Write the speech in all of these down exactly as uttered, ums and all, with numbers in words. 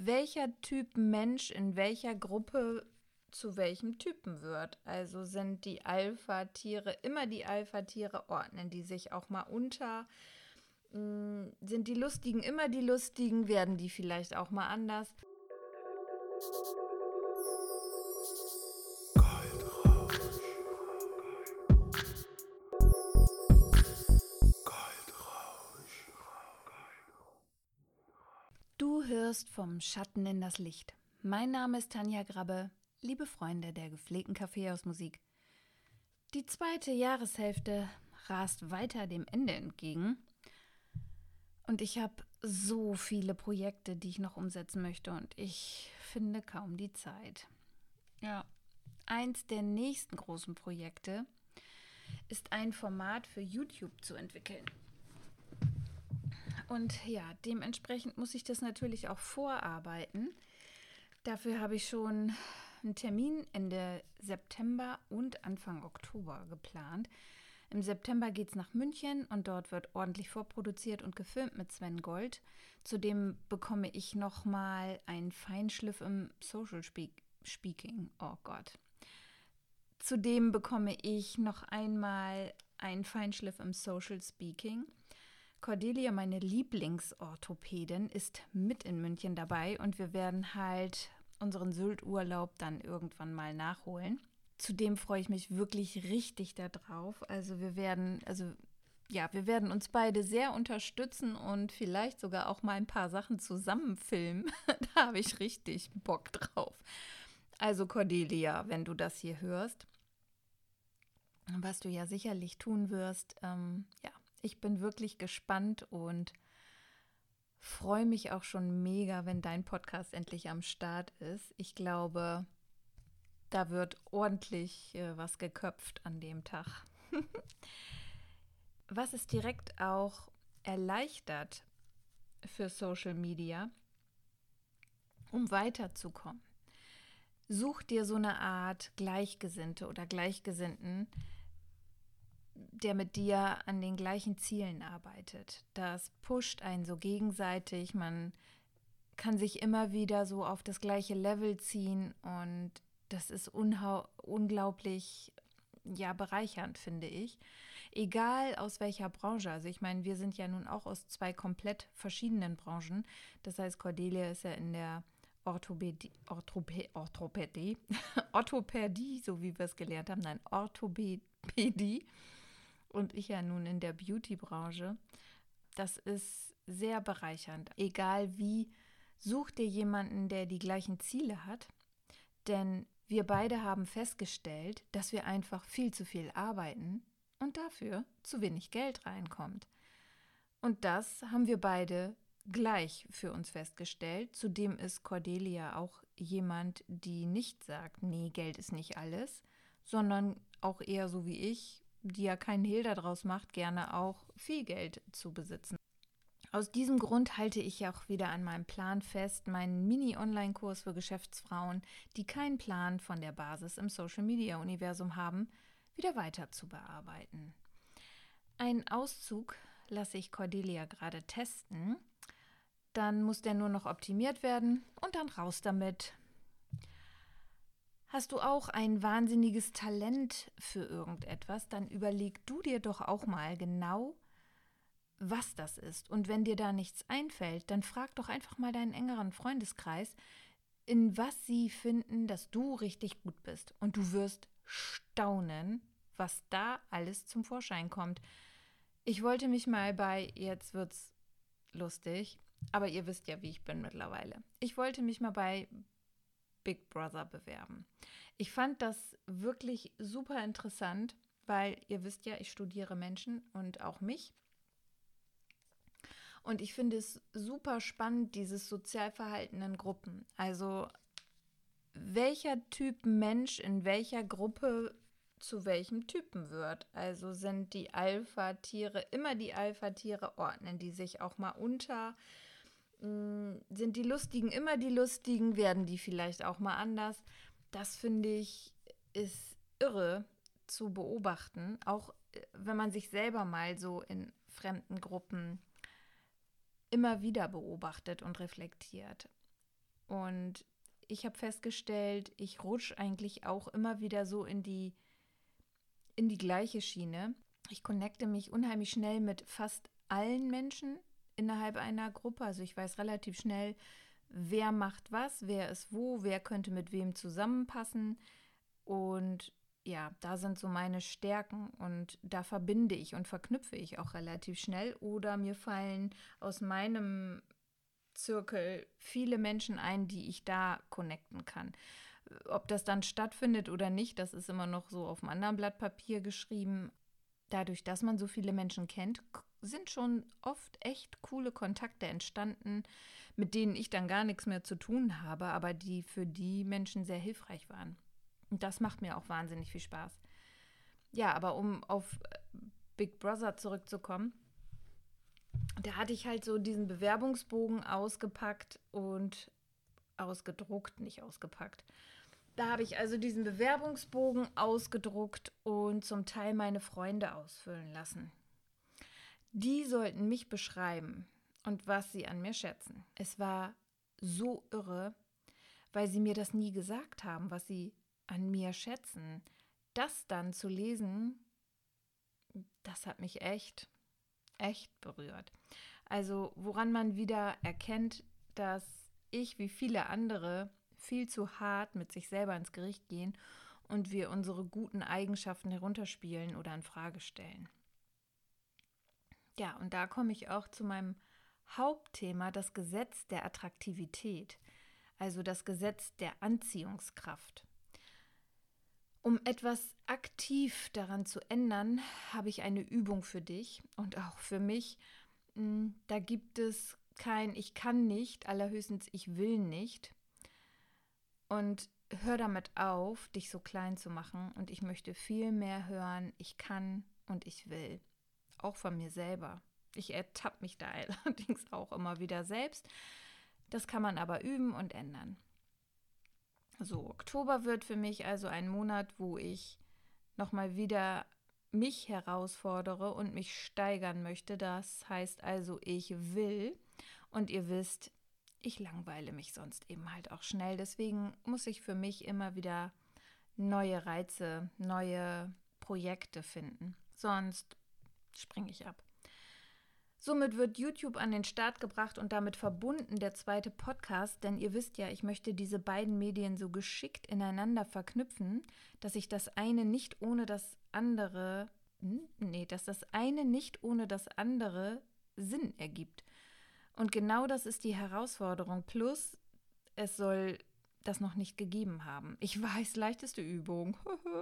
welcher Typ Mensch in welcher Gruppe zu welchem Typen wird. Also sind die Alpha-Tiere immer die Alpha-Tiere, ordnen die sich auch mal unter. Mh, sind die Lustigen immer die Lustigen, werden die vielleicht auch mal anders. Du hörst vom Schatten in das Licht. Mein Name ist Tanja Grabbe, liebe Freunde der gepflegten Kaffeehausmusik. Die zweite Jahreshälfte rast weiter dem Ende entgegen. Und ich habe so viele Projekte, die ich noch umsetzen möchte und ich finde kaum die Zeit. Ja, eins der nächsten großen Projekte ist ein Format für YouTube zu entwickeln. Und ja, dementsprechend muss ich das natürlich auch vorarbeiten. Dafür habe ich schon einen Termin Ende September und Anfang Oktober geplant. Im September geht es nach München und dort wird ordentlich vorproduziert und gefilmt mit Sven Gold. Zudem bekomme ich nochmal einen Feinschliff im Social Speak- Speaking. Oh Gott. Zudem bekomme ich noch einmal einen Feinschliff im Social Speaking. Cordelia, meine Lieblingsorthopädin, ist mit in München dabei und wir werden halt unseren Sylt-Urlaub dann irgendwann mal nachholen. Zudem freue ich mich wirklich richtig darauf. Also wir werden, also ja, wir werden uns beide sehr unterstützen und vielleicht sogar auch mal ein paar Sachen zusammen filmen. Da habe ich richtig Bock drauf. Also Cordelia, wenn du das hier hörst, was du ja sicherlich tun wirst, ähm, ja, ich bin wirklich gespannt und freue mich auch schon mega, wenn dein Podcast endlich am Start ist. Ich glaube, da wird ordentlich äh, was geköpft an dem Tag. Was es direkt auch erleichtert für Social Media, um weiterzukommen. Such dir so eine Art Gleichgesinnte oder Gleichgesinnten, der mit dir an den gleichen Zielen arbeitet. Das pusht einen so gegenseitig, man kann sich immer wieder so auf das gleiche Level ziehen und das ist unhau- unglaublich ja, bereichernd, finde ich. Egal aus welcher Branche. Also ich meine, wir sind ja nun auch aus zwei komplett verschiedenen Branchen. Das heißt, Cordelia ist ja in der Orthopädie, Orthopä- Orthopädie, Orthopädie, so wie wir es gelernt haben, nein, Orthopädie. Und ich ja nun in der Beauty-Branche. Das ist sehr bereichernd. Egal wie, such dir jemanden, der die gleichen Ziele hat. Denn wir beide haben festgestellt, dass wir einfach viel zu viel arbeiten und dafür zu wenig Geld reinkommt. Und das haben wir beide gleich für uns festgestellt. Zudem ist Cordelia auch jemand, die nicht sagt, nee, Geld ist nicht alles, sondern auch eher so wie ich, die ja keinen Hehl daraus macht, gerne auch viel Geld zu besitzen. Aus diesem Grund halte ich auch wieder an meinem Plan fest, meinen Mini-Online-Kurs für Geschäftsfrauen, die keinen Plan von der Basis im Social-Media-Universum haben, wieder weiter zu bearbeiten. Einen Auszug lasse ich Cordelia gerade testen, dann muss der nur noch optimiert werden und dann raus damit. Hast du auch ein wahnsinniges Talent für irgendetwas, dann überleg du dir doch auch mal genau, was das ist. Und wenn dir da nichts einfällt, dann frag doch einfach mal deinen engeren Freundeskreis, in was sie finden, dass du richtig gut bist. Und du wirst staunen, was da alles zum Vorschein kommt. Ich wollte mich mal bei, jetzt wird's lustig, aber ihr wisst ja, wie ich bin mittlerweile. Ich wollte mich mal bei Big Brother bewerben. Ich fand das wirklich super interessant, weil ihr wisst ja, ich studiere Menschen und auch mich. Und ich finde es super spannend, dieses Sozialverhalten in Gruppen. Also welcher Typ Mensch in welcher Gruppe zu welchem Typen wird. Also sind die Alpha-Tiere immer die Alpha-Tiere, ordnen die sich auch mal unter. Sind die Lustigen immer die Lustigen, werden die vielleicht auch mal anders. Das finde ich ist irre zu beobachten, auch wenn man sich selber mal so in fremden Gruppen immer wieder beobachtet und reflektiert. Und ich habe festgestellt, ich rutsche eigentlich auch immer wieder so in die, in die gleiche Schiene. Ich connecte mich unheimlich schnell mit fast allen Menschen innerhalb einer Gruppe. Also ich weiß relativ schnell, wer macht was, wer ist wo, wer könnte mit wem zusammenpassen. Und ja, da sind so meine Stärken und da verbinde ich und verknüpfe ich auch relativ schnell. Oder mir fallen aus meinem Zirkel viele Menschen ein, die ich da connecten kann. Ob das dann stattfindet oder nicht, das ist immer noch so auf einem anderen Blatt Papier geschrieben. Dadurch, dass man so viele Menschen kennt, sind schon oft echt coole Kontakte entstanden, mit denen ich dann gar nichts mehr zu tun habe, aber die für die Menschen sehr hilfreich waren. Und das macht mir auch wahnsinnig viel Spaß. Ja, aber um auf Big Brother zurückzukommen, da hatte ich halt so diesen Bewerbungsbogen ausgepackt und ausgedruckt, nicht ausgepackt. Da habe ich also diesen Bewerbungsbogen ausgedruckt und zum Teil meine Freunde ausfüllen lassen. Die sollten mich beschreiben und was sie an mir schätzen. Es war so irre, weil sie mir das nie gesagt haben, was sie an mir schätzen. Das dann zu lesen, das hat mich echt, echt berührt. Also woran man wieder erkennt, dass ich wie viele andere viel zu hart mit sich selber ins Gericht gehen und wir unsere guten Eigenschaften herunterspielen oder in Frage stellen. Ja, und da komme ich auch zu meinem Hauptthema, das Gesetz der Attraktivität, also das Gesetz der Anziehungskraft. Um etwas aktiv daran zu ändern, habe ich eine Übung für dich und auch für mich. Da gibt es kein Ich kann nicht, allerhöchstens Ich will nicht. Und hör damit auf, dich so klein zu machen. Und ich möchte viel mehr hören, ich kann und ich will. Auch von mir selber. Ich ertappe mich da allerdings auch immer wieder selbst. Das kann man aber üben und ändern. So, Oktober wird für mich also ein Monat, wo ich nochmal wieder mich herausfordere und mich steigern möchte. Das heißt also, ich will. Und ihr wisst, ich langweile mich sonst eben halt auch schnell. Deswegen muss ich für mich immer wieder neue Reize, neue Projekte finden. Sonst springe ich ab. Somit wird YouTube an den Start gebracht und damit verbunden der zweite Podcast, denn ihr wisst ja, ich möchte diese beiden Medien so geschickt ineinander verknüpfen, dass ich das eine nicht ohne das andere, nee, dass das eine nicht ohne das andere Sinn ergibt. Und genau das ist die Herausforderung. Plus, es soll das noch nicht gegeben haben. Ich weiß, leichteste Übung.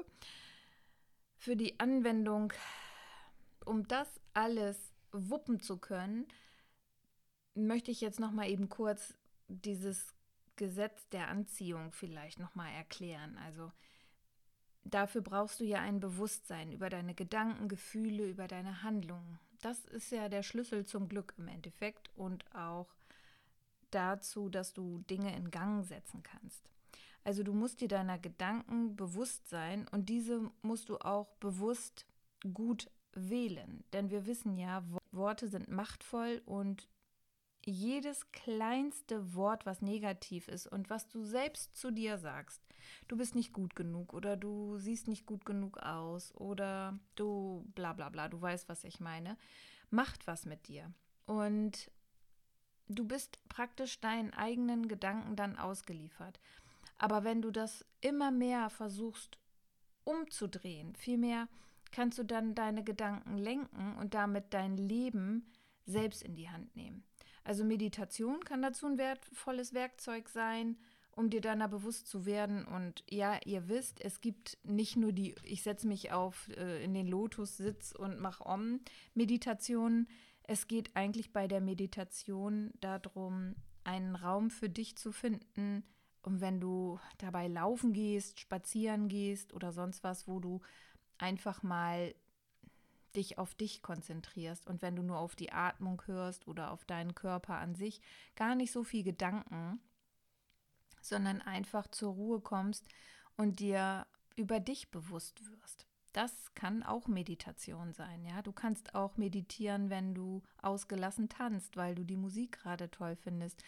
Für die Anwendung, um das alles wuppen zu können, möchte ich jetzt noch mal eben kurz dieses Gesetz der Anziehung vielleicht noch mal erklären. Also dafür brauchst du ja ein Bewusstsein über deine Gedanken, Gefühle, über deine Handlungen. Das ist ja der Schlüssel zum Glück im Endeffekt und auch dazu, dass du Dinge in Gang setzen kannst. Also du musst dir deiner Gedanken bewusst sein und diese musst du auch bewusst gut wählen. Denn wir wissen ja, Worte sind machtvoll und jedes kleinste Wort, was negativ ist und was du selbst zu dir sagst, du bist nicht gut genug oder du siehst nicht gut genug aus oder du bla bla bla, du weißt, was ich meine, macht was mit dir. Und du bist praktisch deinen eigenen Gedanken dann ausgeliefert. Aber wenn du das immer mehr versuchst umzudrehen, vielmehr kannst du dann deine Gedanken lenken und damit dein Leben selbst in die Hand nehmen. Also Meditation kann dazu ein wertvolles Werkzeug sein, um dir deiner bewusst zu werden. Und ja, ihr wisst, es gibt nicht nur die, ich setze mich auf äh, in den Lotussitz und mache Om-Meditationen. Es geht eigentlich bei der Meditation darum, einen Raum für dich zu finden. Und wenn du dabei laufen gehst, spazieren gehst oder sonst was, wo du einfach mal dich auf dich konzentrierst und wenn du nur auf die Atmung hörst oder auf deinen Körper an sich, gar nicht so viel Gedanken, sondern einfach zur Ruhe kommst und dir über dich bewusst wirst. Das kann auch Meditation sein, ja. Du kannst auch meditieren, wenn du ausgelassen tanzt, weil du die Musik gerade toll findest,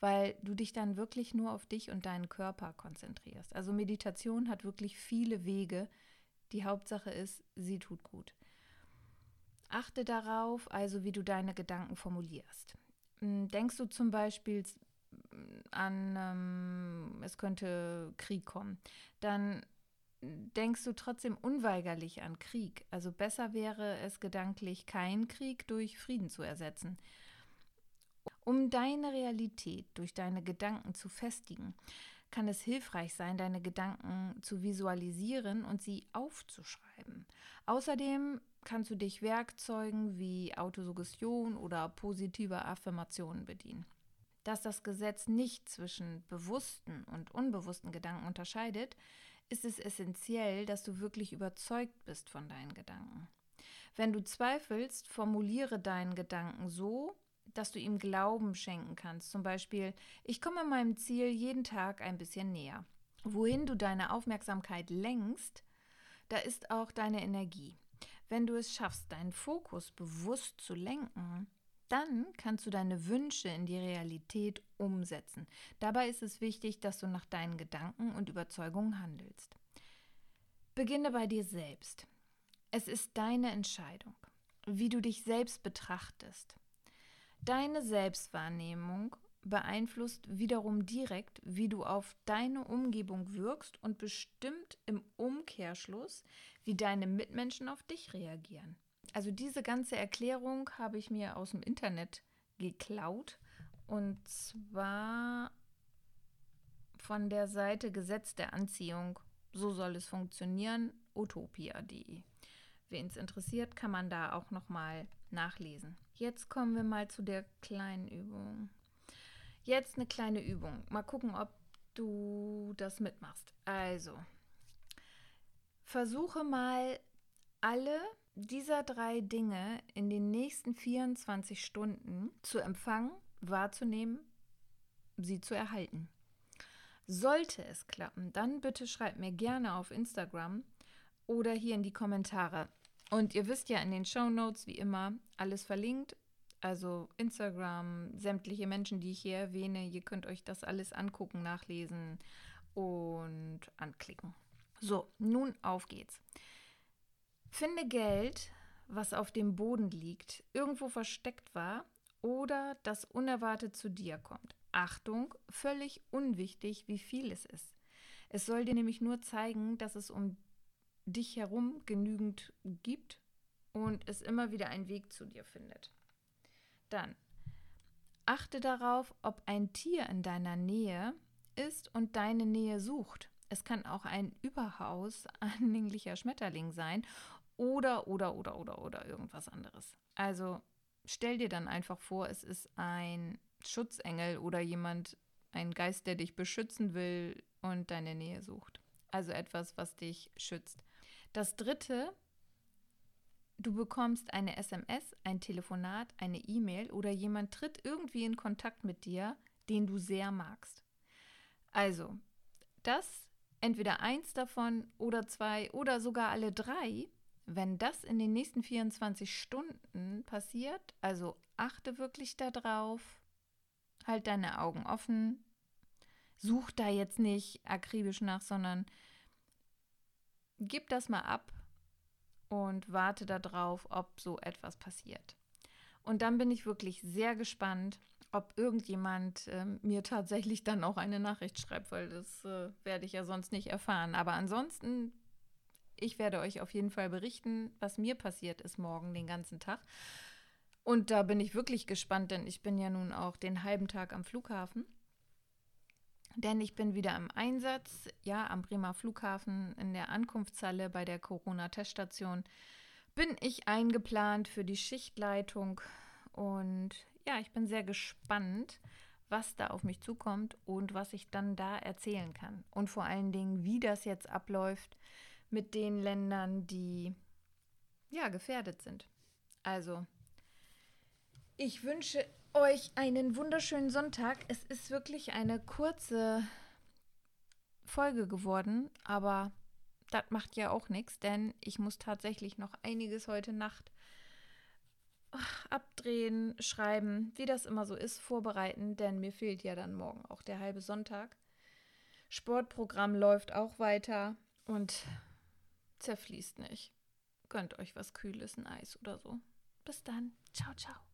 weil du dich dann wirklich nur auf dich und deinen Körper konzentrierst. Also Meditation hat wirklich viele Wege. Die Hauptsache ist, sie tut gut. Achte darauf, also wie du deine Gedanken formulierst. Denkst du zum Beispiel an, ähm, es könnte Krieg kommen, dann denkst du trotzdem unweigerlich an Krieg. Also besser wäre es gedanklich, keinen Krieg durch Frieden zu ersetzen. Um deine Realität durch deine Gedanken zu festigen, kann es hilfreich sein, deine Gedanken zu visualisieren und sie aufzuschreiben. Außerdem kannst du dich Werkzeugen wie Autosuggestion oder positive Affirmationen bedienen. Dass das Gesetz nicht zwischen bewussten und unbewussten Gedanken unterscheidet, ist es essentiell, dass du wirklich überzeugt bist von deinen Gedanken. Wenn du zweifelst, formuliere deinen Gedanken so, dass du ihm Glauben schenken kannst. Zum Beispiel, ich komme meinem Ziel jeden Tag ein bisschen näher. Wohin du deine Aufmerksamkeit lenkst, da ist auch deine Energie. Wenn du es schaffst, deinen Fokus bewusst zu lenken, dann kannst du deine Wünsche in die Realität umsetzen. Dabei ist es wichtig, dass du nach deinen Gedanken und Überzeugungen handelst. Beginne bei dir selbst. Es ist deine Entscheidung, wie du dich selbst betrachtest. Deine Selbstwahrnehmung beeinflusst wiederum direkt, wie du auf deine Umgebung wirkst und bestimmt im Umkehrschluss, wie deine Mitmenschen auf dich reagieren. Also diese ganze Erklärung habe ich mir aus dem Internet geklaut und zwar von der Seite Gesetz der Anziehung. So soll es funktionieren, utopia punkt de. Wen es interessiert, kann man da auch nochmal nachlesen. Jetzt kommen wir mal zu der kleinen Übung. Jetzt eine kleine Übung. Mal gucken, ob du das mitmachst. Also, versuche mal alle dieser drei Dinge in den nächsten vierundzwanzig Stunden zu empfangen, wahrzunehmen, sie zu erhalten. Sollte es klappen, dann bitte schreibt mir gerne auf Instagram oder hier in die Kommentare. Und ihr wisst ja, in den Shownotes wie immer alles verlinkt. Also Instagram, sämtliche Menschen, die ich hier erwähne. Ihr könnt euch das alles angucken, nachlesen und anklicken. So, nun auf geht's. Finde Geld, was auf dem Boden liegt, irgendwo versteckt war oder das unerwartet zu dir kommt. Achtung, völlig unwichtig, wie viel es ist. Es soll dir nämlich nur zeigen, dass es um dich herum genügend gibt und es immer wieder einen Weg zu dir findet. Dann achte darauf, ob ein Tier in deiner Nähe ist und deine Nähe sucht. Es kann auch ein überaus anhänglicher Schmetterling sein oder, oder, oder, oder, oder irgendwas anderes. Also stell dir dann einfach vor, es ist ein Schutzengel oder jemand, ein Geist, der dich beschützen will und deine Nähe sucht. Also etwas, was dich schützt. Das dritte, du bekommst eine S M S, ein Telefonat, eine E-Mail oder jemand tritt irgendwie in Kontakt mit dir, den du sehr magst. Also, das, entweder eins davon oder zwei oder sogar alle drei, wenn das in den nächsten vierundzwanzig Stunden passiert, also achte wirklich darauf, halt deine Augen offen, such da jetzt nicht akribisch nach, sondern gib das mal ab und warte darauf, ob so etwas passiert. Und dann bin ich wirklich sehr gespannt, ob irgendjemand äh, mir tatsächlich dann auch eine Nachricht schreibt, weil das äh, werde ich ja sonst nicht erfahren. Aber ansonsten, ich werde euch auf jeden Fall berichten, was mir passiert ist morgen den ganzen Tag. Und da bin ich wirklich gespannt, denn ich bin ja nun auch den halben Tag am Flughafen. Denn ich bin wieder im Einsatz, ja, am Bremer Flughafen in der Ankunftshalle bei der Corona-Teststation bin ich eingeplant für die Schichtleitung und ja, ich bin sehr gespannt, was da auf mich zukommt und was ich dann da erzählen kann und vor allen Dingen, wie das jetzt abläuft mit den Ländern, die ja gefährdet sind. Also, ich wünsche euch einen wunderschönen Sonntag. Es ist wirklich eine kurze Folge geworden, aber das macht ja auch nichts, denn ich muss tatsächlich noch einiges heute Nacht ach, abdrehen, schreiben, wie das immer so ist, vorbereiten, denn mir fehlt ja dann morgen auch der halbe Sonntag. Sportprogramm läuft auch weiter und zerfließt nicht. Gönnt euch was Kühles, ein Eis oder so. Bis dann. Ciao, ciao.